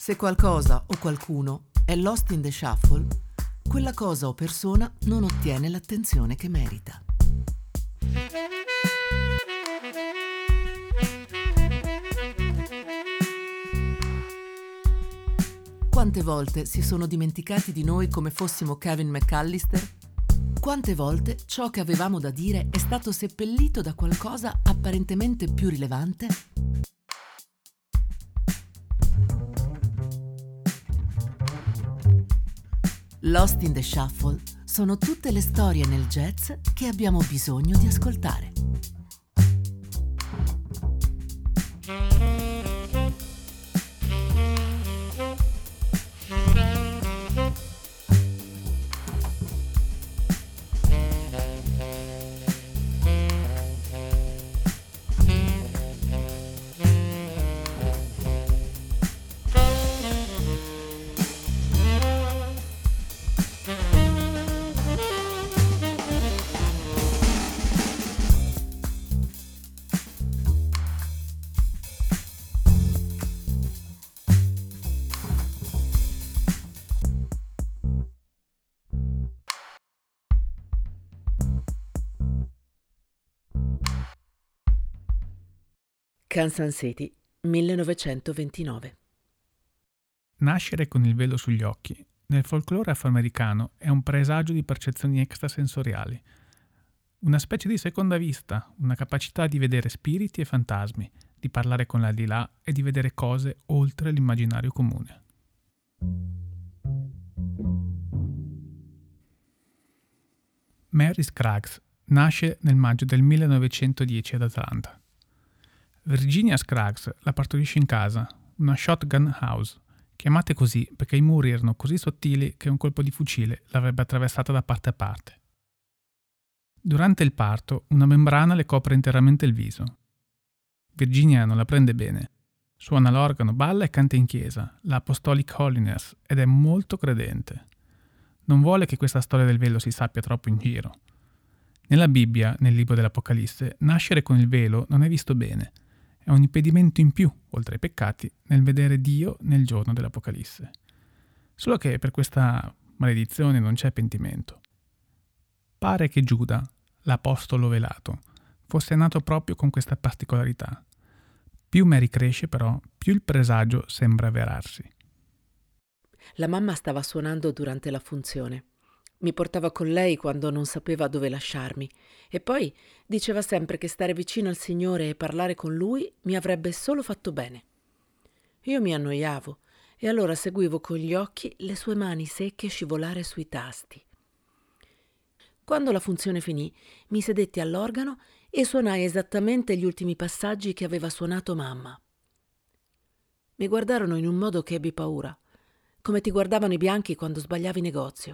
Se qualcosa o qualcuno è lost in the shuffle, quella cosa o persona non ottiene l'attenzione che merita. Quante volte si sono dimenticati di noi come fossimo Kevin McAllister? Quante volte ciò che avevamo da dire è stato seppellito da qualcosa apparentemente più rilevante? Lost in the Shuffle sono tutte le storie nel jazz che abbiamo bisogno di ascoltare. Kansas City, 1929. Nascere con il velo sugli occhi, nel folklore afroamericano, è un presagio di percezioni extrasensoriali, una specie di seconda vista, una capacità di vedere spiriti e fantasmi, di parlare con l'aldilà e di vedere cose oltre l'immaginario comune. Mary Scruggs nasce nel maggio del 1910 ad Atlanta. Virginia Scruggs la partorisce in casa, una shotgun house, chiamate così perché i muri erano così sottili che un colpo di fucile l'avrebbe attraversata da parte a parte. Durante il parto, una membrana le copre interamente il viso. Virginia non la prende bene. Suona l'organo, balla e canta in chiesa, la Apostolic Holiness, ed è molto credente. Non vuole che questa storia del velo si sappia troppo in giro. Nella Bibbia, nel libro dell'Apocalisse, nascere con il velo non è visto bene. È un impedimento in più, oltre ai peccati, nel vedere Dio nel giorno dell'Apocalisse. Solo che per questa maledizione non c'è pentimento. Pare che Giuda, l'apostolo velato, fosse nato proprio con questa particolarità. Più Mary cresce, però, più il presagio sembra avverarsi. La mamma stava suonando durante la funzione. Mi portava con lei quando non sapeva dove lasciarmi e poi diceva sempre che stare vicino al Signore e parlare con Lui mi avrebbe solo fatto bene. Io mi annoiavo e allora seguivo con gli occhi le sue mani secche scivolare sui tasti. Quando la funzione finì, mi sedetti all'organo e suonai esattamente gli ultimi passaggi che aveva suonato mamma. Mi guardarono in un modo che ebbi paura, come ti guardavano i bianchi quando sbagliavi negozio.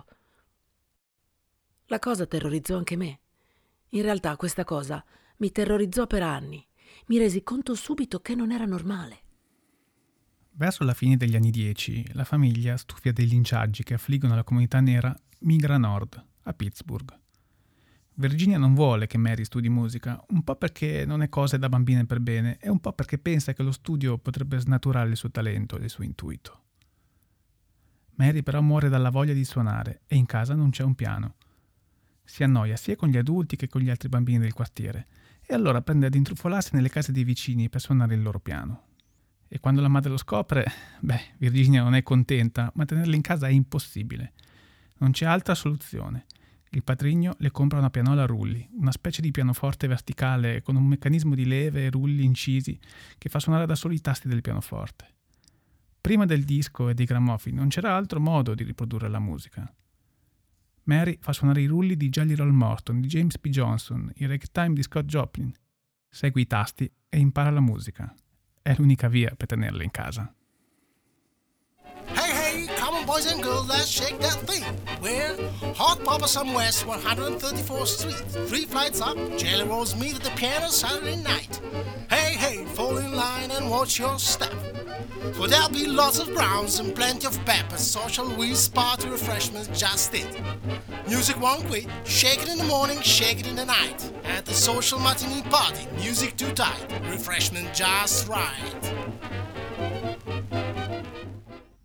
La cosa terrorizzò anche me. In realtà questa cosa mi terrorizzò per anni. Mi resi conto subito che non era normale. Verso la fine degli anni 10, la famiglia, stufia dei linciaggi che affliggono la comunità nera, migra a nord, a Pittsburgh. Virginia non vuole che Mary studi musica, un po' perché non è cosa da bambine per bene e un po' perché pensa che lo studio potrebbe snaturare il suo talento e il suo intuito. Mary però muore dalla voglia di suonare e in casa non c'è un piano. Si annoia sia con gli adulti che con gli altri bambini del quartiere e allora prende ad intrufolarsi nelle case dei vicini per suonare il loro piano. E quando la madre lo scopre, Virginia non è contenta, ma tenerla in casa è impossibile. Non c'è altra soluzione. Il patrigno le compra una pianola a rulli, una specie di pianoforte verticale con un meccanismo di leve e rulli incisi che fa suonare da solo i tasti del pianoforte. Prima del disco e dei grammofoni non c'era altro modo di riprodurre la musica. Mary fa suonare i rulli di Jelly Roll Morton, di James P. Johnson, il ragtime di Scott Joplin. Segue i tasti e impara la musica. È l'unica via per tenerla in casa. Hey, hey, come on boys and girls, let's shake that thing. We're Hot Papa Some West, 134th Street. 3 flights up, Jelly Rolls meet at the piano Saturday night. Hey, hey, fall in line and watch your step. For there'll be lots of browns and plenty of peppers. Social whiz party refreshments just it. Music won't quit. Shake it in the morning, shake it in the night. At the social matinee party, music too tight. Refreshment just right.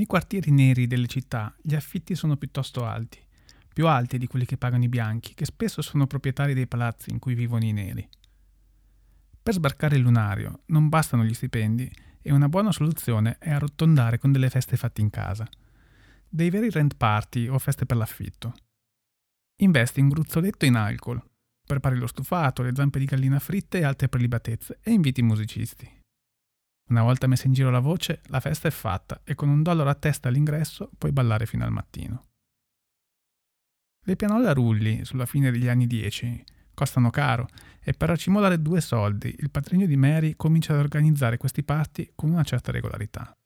Nei quartieri neri delle città gli affitti sono piuttosto alti, più alti di quelli che pagano i bianchi, che spesso sono proprietari dei palazzi in cui vivono i neri. Per sbarcare il lunario non bastano gli stipendi e una buona soluzione è arrotondare con delle feste fatte in casa, dei veri rent party o feste per l'affitto. Investi un gruzzoletto in alcol, prepari lo stufato, le zampe di gallina fritte e altre prelibatezze e inviti i musicisti. Una volta messa in giro la voce, la festa è fatta e con $1 a testa all'ingresso puoi ballare fino al mattino. Le pianola a rulli, sulla fine degli anni 10, costano caro e per racimolare 2 soldi il patrigno di Mary comincia ad organizzare questi party con una certa regolarità.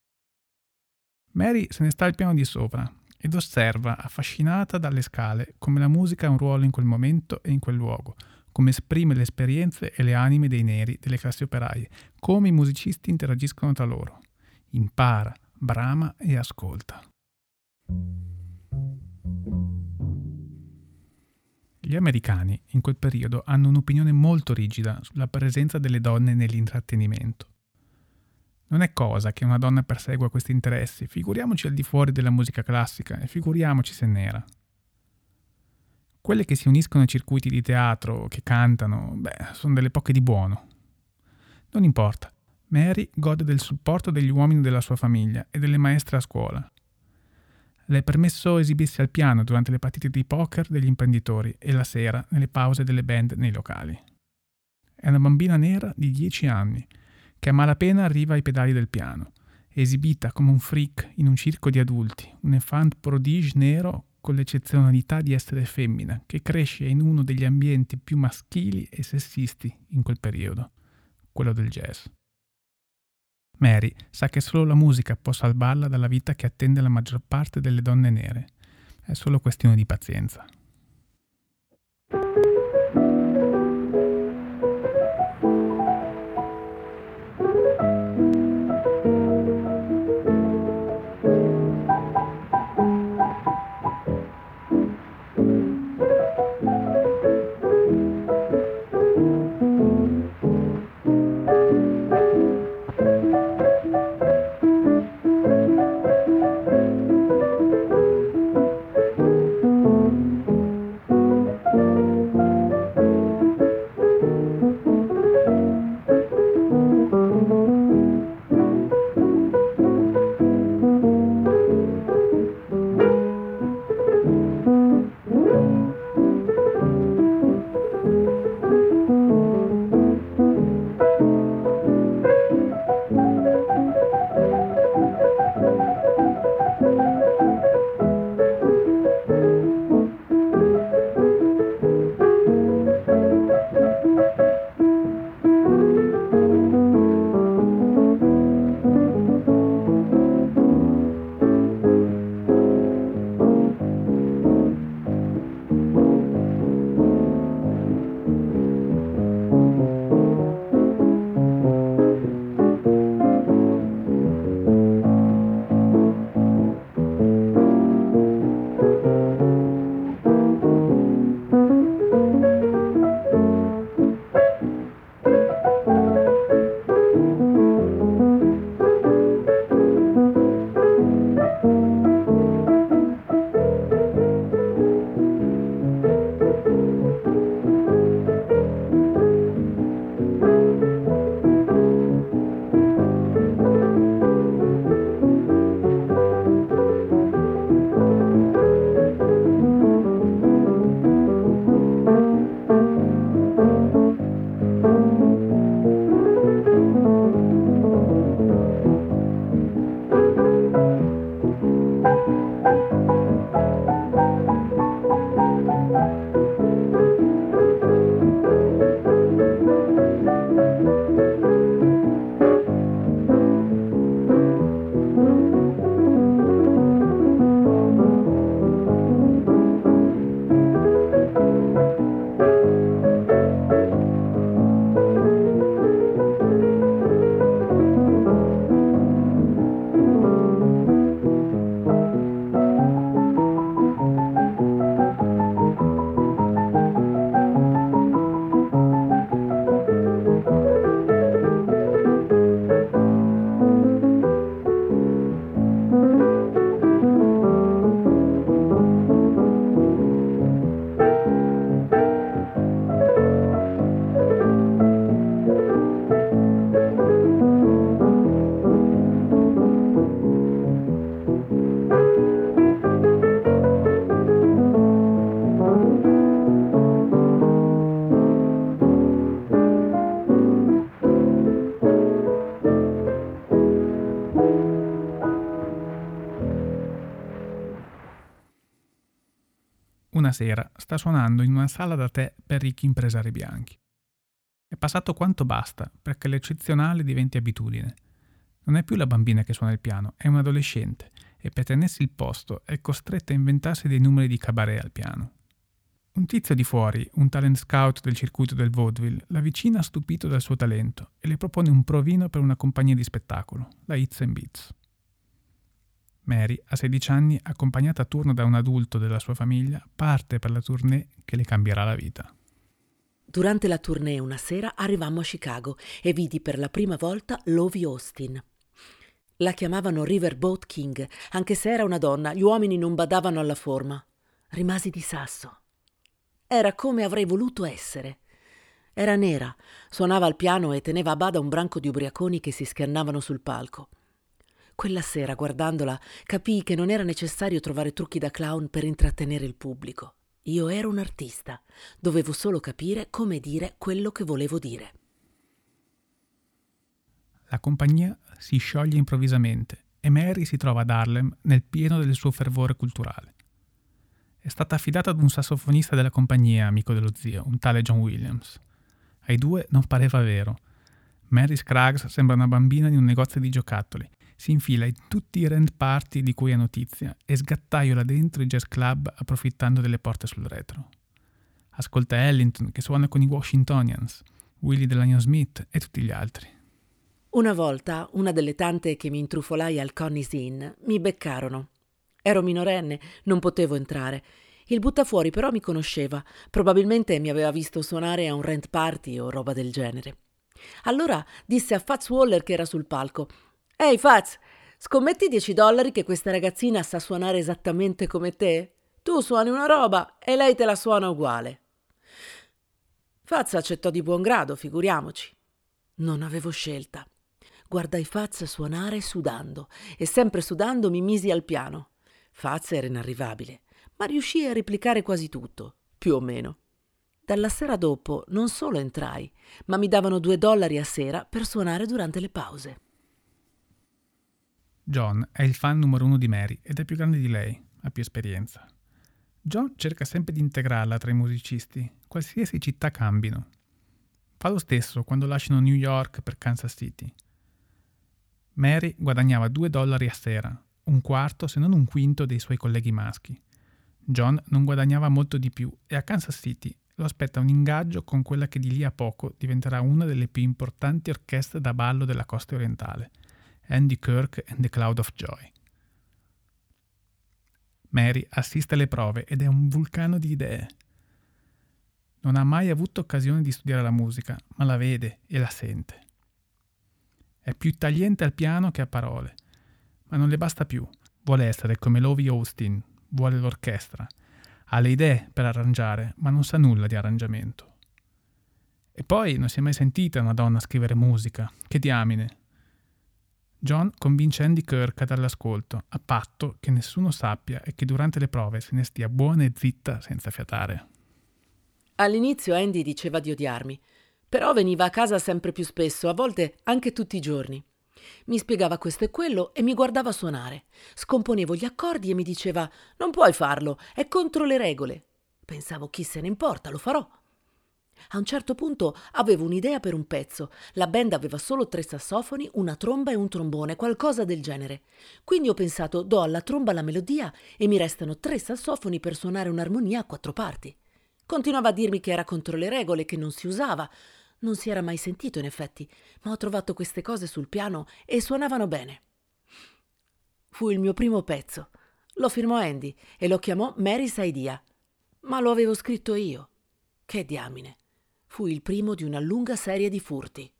Mary se ne sta al piano di sopra ed osserva, affascinata dalle scale, come la musica ha un ruolo in quel momento e in quel luogo, come esprime le esperienze e le anime dei neri delle classi operaie, come i musicisti interagiscono tra loro. Impara, brama e ascolta. Gli americani in quel periodo hanno un'opinione molto rigida sulla presenza delle donne nell'intrattenimento. Non è cosa che una donna persegua questi interessi, figuriamoci al di fuori della musica classica e figuriamoci se nera. Quelle che si uniscono ai circuiti di teatro, che cantano, sono delle poche di buono. Non importa, Mary gode del supporto degli uomini della sua famiglia e delle maestre a scuola. Le è permesso esibirsi al piano durante le partite di poker degli imprenditori e la sera nelle pause delle band nei locali. È una bambina nera di 10 anni, che a malapena arriva ai pedali del piano, esibita come un freak in un circo di adulti, un enfant prodige nero con l'eccezionalità di essere femmina, che cresce in uno degli ambienti più maschili e sessisti in quel periodo, quello del jazz. Mary sa che solo la musica può salvarla dalla vita che attende la maggior parte delle donne nere. È solo questione di pazienza. una sera sta suonando in una sala da tè per ricchi impresari bianchi. È passato quanto basta perché l'eccezionale diventi abitudine. Non è più la bambina che suona il piano, è un adolescente e per tenersi il posto è costretta a inventarsi dei numeri di cabaret al piano. Un tizio di fuori, un talent scout del circuito del vaudeville, l'avvicina stupito dal suo talento e le propone un provino per una compagnia di spettacolo, la Hits and Beats. Mary, a 16 anni, accompagnata a turno da un adulto della sua famiglia, parte per la tournée che le cambierà la vita. Durante la tournée una sera arrivammo a Chicago e vidi per la prima volta Lovie Austin. La chiamavano Riverboat King, anche se era una donna, gli uomini non badavano alla forma. Rimasi di sasso. Era come avrei voluto essere. Era nera, suonava al piano e teneva a bada un branco di ubriaconi che si scannavano sul palco. Quella sera, guardandola, capii che non era necessario trovare trucchi da clown per intrattenere il pubblico. Io ero un artista, dovevo solo capire come dire quello che volevo dire. La compagnia si scioglie improvvisamente e Mary si trova ad Harlem nel pieno del suo fervore culturale. È stata affidata ad un sassofonista della compagnia, amico dello zio, un tale John Williams. Ai due non pareva vero. Mary Scruggs sembra una bambina in un negozio di giocattoli. Si infila in tutti i rent party di cui ha notizia e sgattaiola dentro i jazz club approfittando delle porte sul retro. Ascolta Ellington che suona con i Washingtonians, Willie Delano Smith e tutti gli altri. Una volta, una delle tante che mi intrufolai al Connie's Inn mi beccarono. Ero minorenne, non potevo entrare. Il buttafuori però mi conosceva, probabilmente mi aveva visto suonare a un rent party o roba del genere. Allora disse a Fats Waller che era sul palco: «Ehi Fats, scommetti $10 che questa ragazzina sa suonare esattamente come te? Tu suoni una roba e lei te la suona uguale». Fats accettò di buon grado, figuriamoci. Non avevo scelta. Guardai Fats suonare sudando e sempre sudando mi misi al piano. Fats era inarrivabile, ma riuscii a replicare quasi tutto, più o meno. Dalla sera dopo non solo entrai, ma mi davano $2 a sera per suonare durante le pause. John è il fan numero 1 di Mary ed è più grande di lei, ha più esperienza. John cerca sempre di integrarla tra i musicisti, qualsiasi città cambino. Fa lo stesso quando lasciano New York per Kansas City. Mary guadagnava $2 a sera, un quarto se non un quinto dei suoi colleghi maschi. John non guadagnava molto di più e a Kansas City lo aspetta un ingaggio con quella che di lì a poco diventerà una delle più importanti orchestre da ballo della costa orientale, Andy Kirk and the Cloud of Joy. Mary assiste alle prove ed è un vulcano di idee. Non ha mai avuto occasione di studiare la musica, ma la vede e la sente. È più tagliente al piano che a parole, ma non le basta più. Vuole essere come Lovie Austin, vuole l'orchestra. Ha le idee per arrangiare, ma non sa nulla di arrangiamento. E poi non si è mai sentita una donna scrivere musica. Che diamine! John convince Andy Kirk a dare l'ascolto, a patto che nessuno sappia e che durante le prove se ne stia buona e zitta senza fiatare. All'inizio Andy diceva di odiarmi, però veniva a casa sempre più spesso, a volte anche tutti i giorni. Mi spiegava questo e quello e mi guardava suonare. Scomponevo gli accordi e mi diceva: «Non puoi farlo, è contro le regole». Pensavo: chi se ne importa, lo farò. A un certo punto avevo un'idea per un pezzo. La band aveva solo 3 sassofoni, una tromba e un trombone, qualcosa del genere. Quindi ho pensato: do alla tromba la melodia e mi restano 3 sassofoni per suonare un'armonia a 4 parti. Continuava a dirmi che era contro le regole, che non si usava. Non si era mai sentito in effetti, ma ho trovato queste cose sul piano e suonavano bene. Fu il mio primo pezzo. Lo firmò Andy e lo chiamò Mary's Idea. Ma lo avevo scritto io. Che diamine. Fu il primo di una lunga serie di furti.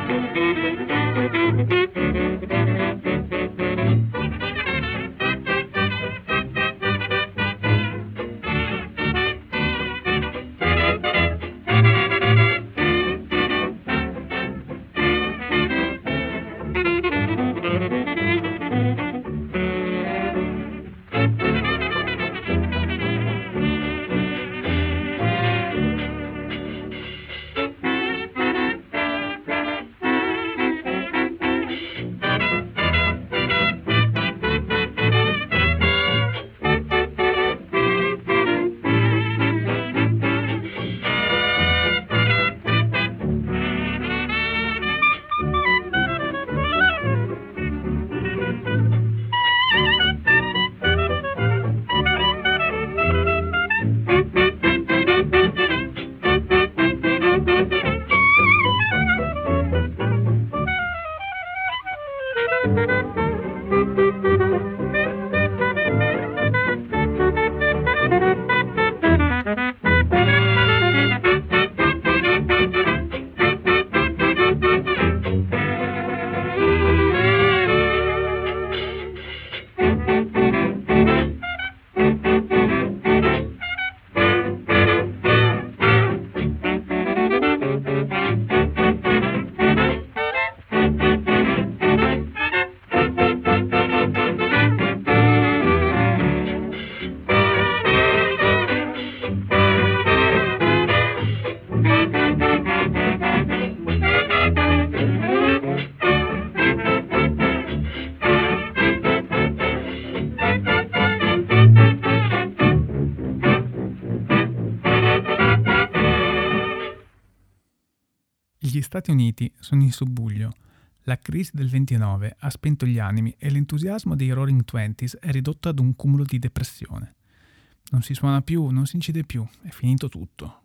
Gli Stati Uniti sono in subbuglio. La crisi del 29 ha spento gli animi e l'entusiasmo dei Roaring Twenties è ridotto ad un cumulo di depressione. Non si suona più, non si incide più, è finito tutto.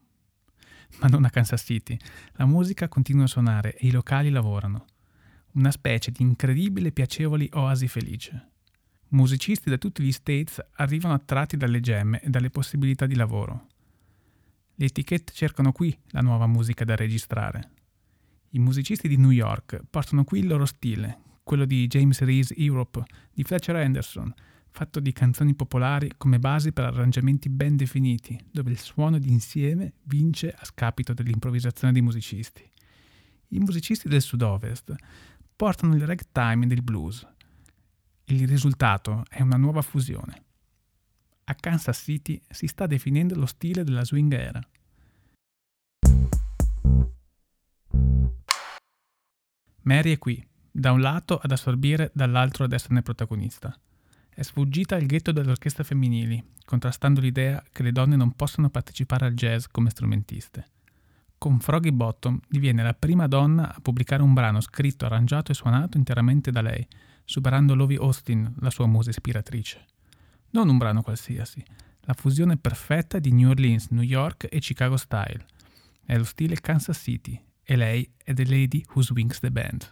Ma non a Kansas City. La musica continua a suonare e i locali lavorano. Una specie di incredibile e piacevoli oasi felice. Musicisti da tutti gli States arrivano attratti dalle gemme e dalle possibilità di lavoro. Le etichette cercano qui la nuova musica da registrare. I musicisti di New York portano qui il loro stile, quello di James Reese Europe, di Fletcher Henderson, fatto di canzoni popolari come basi per arrangiamenti ben definiti, dove il suono d'insieme vince a scapito dell'improvvisazione dei musicisti. I musicisti del sud-ovest portano il ragtime del blues. Il risultato è una nuova fusione. A Kansas City si sta definendo lo stile della swing era. Mary è qui, da un lato ad assorbire, dall'altro ad esserne protagonista. È sfuggita al ghetto delle orchestre femminili, contrastando l'idea che le donne non possano partecipare al jazz come strumentiste. Con Froggy Bottom diviene la prima donna a pubblicare un brano scritto, arrangiato e suonato interamente da lei, superando Lovie Austin, la sua musa ispiratrice. Non un brano qualsiasi, la fusione perfetta di New Orleans, New York e Chicago Style. È lo stile Kansas City e lei è The Lady Who Swings the Band.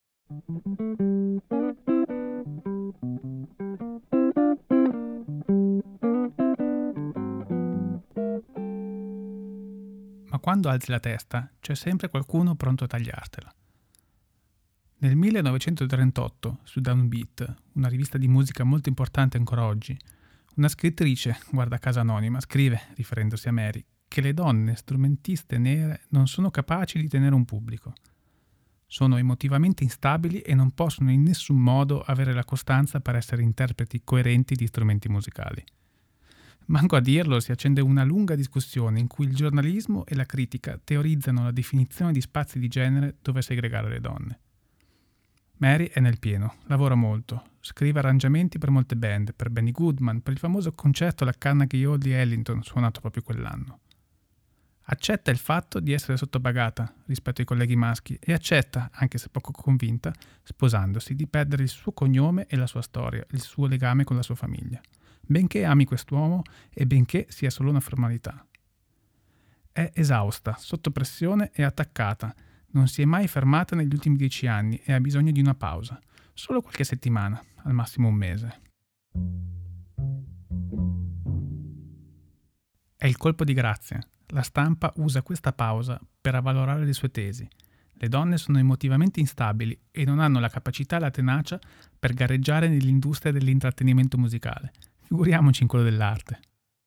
Ma quando alzi la testa c'è sempre qualcuno pronto a tagliartela. Nel 1938, su Downbeat, una rivista di musica molto importante ancora oggi, una scrittrice, guarda caso anonima, scrive, riferendosi a Mary, che le donne strumentiste nere non sono capaci di tenere un pubblico. Sono emotivamente instabili e non possono in nessun modo avere la costanza per essere interpreti coerenti di strumenti musicali. Manco a dirlo, si accende una lunga discussione in cui il giornalismo e la critica teorizzano la definizione di spazi di genere dove segregare le donne. Mary è nel pieno, lavora molto, scrive arrangiamenti per molte band, per Benny Goodman, per il famoso concerto alla Carnegie Hall di Ellington suonato proprio quell'anno. Accetta il fatto di essere sottopagata rispetto ai colleghi maschi e accetta, anche se poco convinta, sposandosi, di perdere il suo cognome e la sua storia, il suo legame con la sua famiglia, benché ami quest'uomo e benché sia solo una formalità. È esausta, sotto pressione e attaccata, non si è mai fermata negli ultimi 10 anni e ha bisogno di una pausa, solo qualche settimana, al massimo un mese. È il colpo di grazia. La stampa usa questa pausa per avvalorare le sue tesi. Le donne sono emotivamente instabili e non hanno la capacità e la tenacia per gareggiare nell'industria dell'intrattenimento musicale. Figuriamoci in quello dell'arte.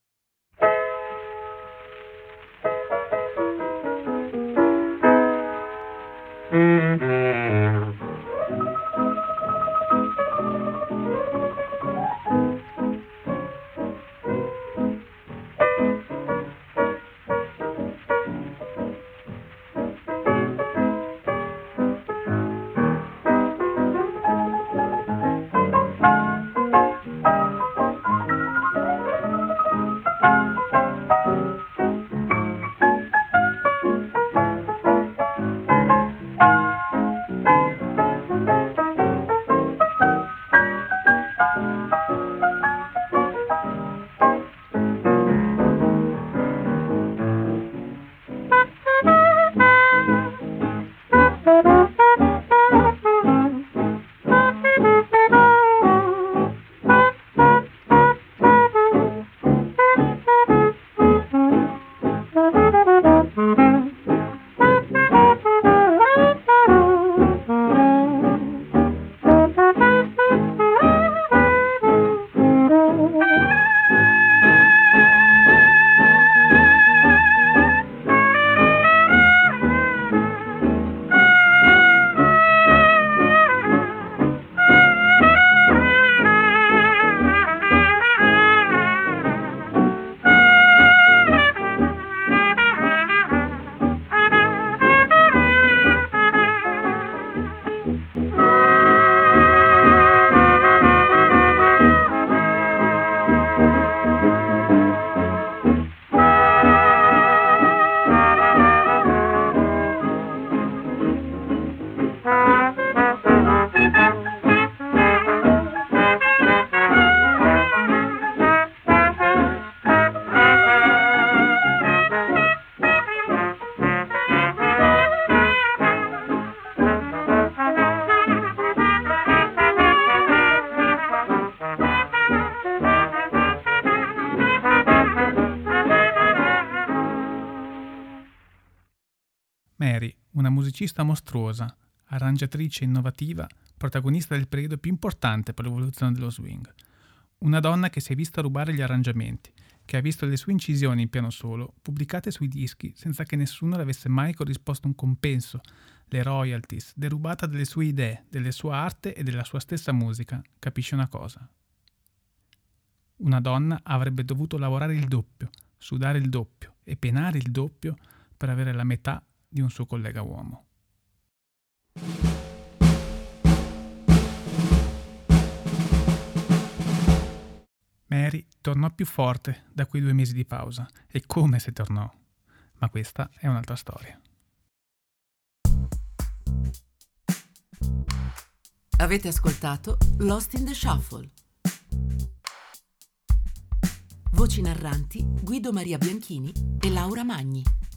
Mary, una musicista mostruosa, arrangiatrice innovativa, protagonista del periodo più importante per l'evoluzione dello swing. Una donna che si è vista rubare gli arrangiamenti, che ha visto le sue incisioni in piano solo pubblicate sui dischi senza che nessuno le avesse mai corrisposto un compenso, le royalties, derubata delle sue idee, della sua arte e della sua stessa musica. Capisci una cosa? Una donna avrebbe dovuto lavorare il doppio, sudare il doppio e penare il doppio per avere la metà di un suo collega uomo. Mary tornò più forte da quei 2 mesi di pausa, e come se tornò. Ma questa è un'altra storia. Avete ascoltato Lost in the Shuffle. Voci narranti Guido Maria Bianchini e Laura Magni.